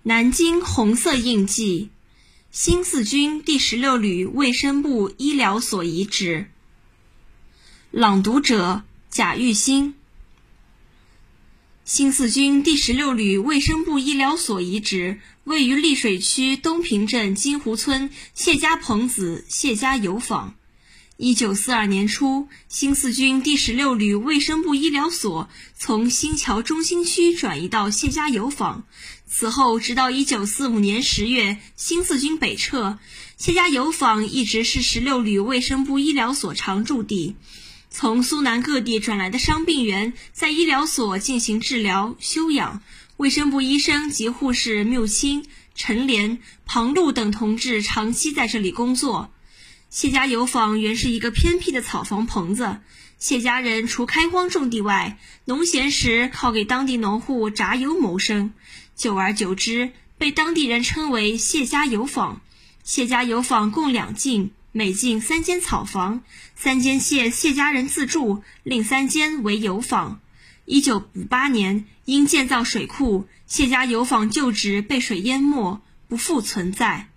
南京红色印记，新四军第16旅卫生部医疗所遗址。朗读者贾玉新。新四军第16旅卫生部医疗所遗址位于溧水区东平镇金湖村谢家棚子谢家油坊。1942年初，新四军第16旅卫生部医疗所从新桥中心区转移到谢家油坊。此后直到1945年10月新四军北撤，谢家油坊一直是16旅卫生部医疗所常驻地。从苏南各地转来的伤病员在医疗所进行治疗休养，卫生部医生及护士缪清、陈莲、庞禄等同志长期在这里工作。谢家油坊原是一个偏僻的草房棚子，谢家人除开荒种地外，农闲时靠给当地农户榨油谋生，久而久之被当地人称为谢家油坊。谢家油坊共2进，每进3间草房，3间谢家人自住，另3间为油坊。1958年因建造水库，谢家油坊旧址被水淹没，不复存在。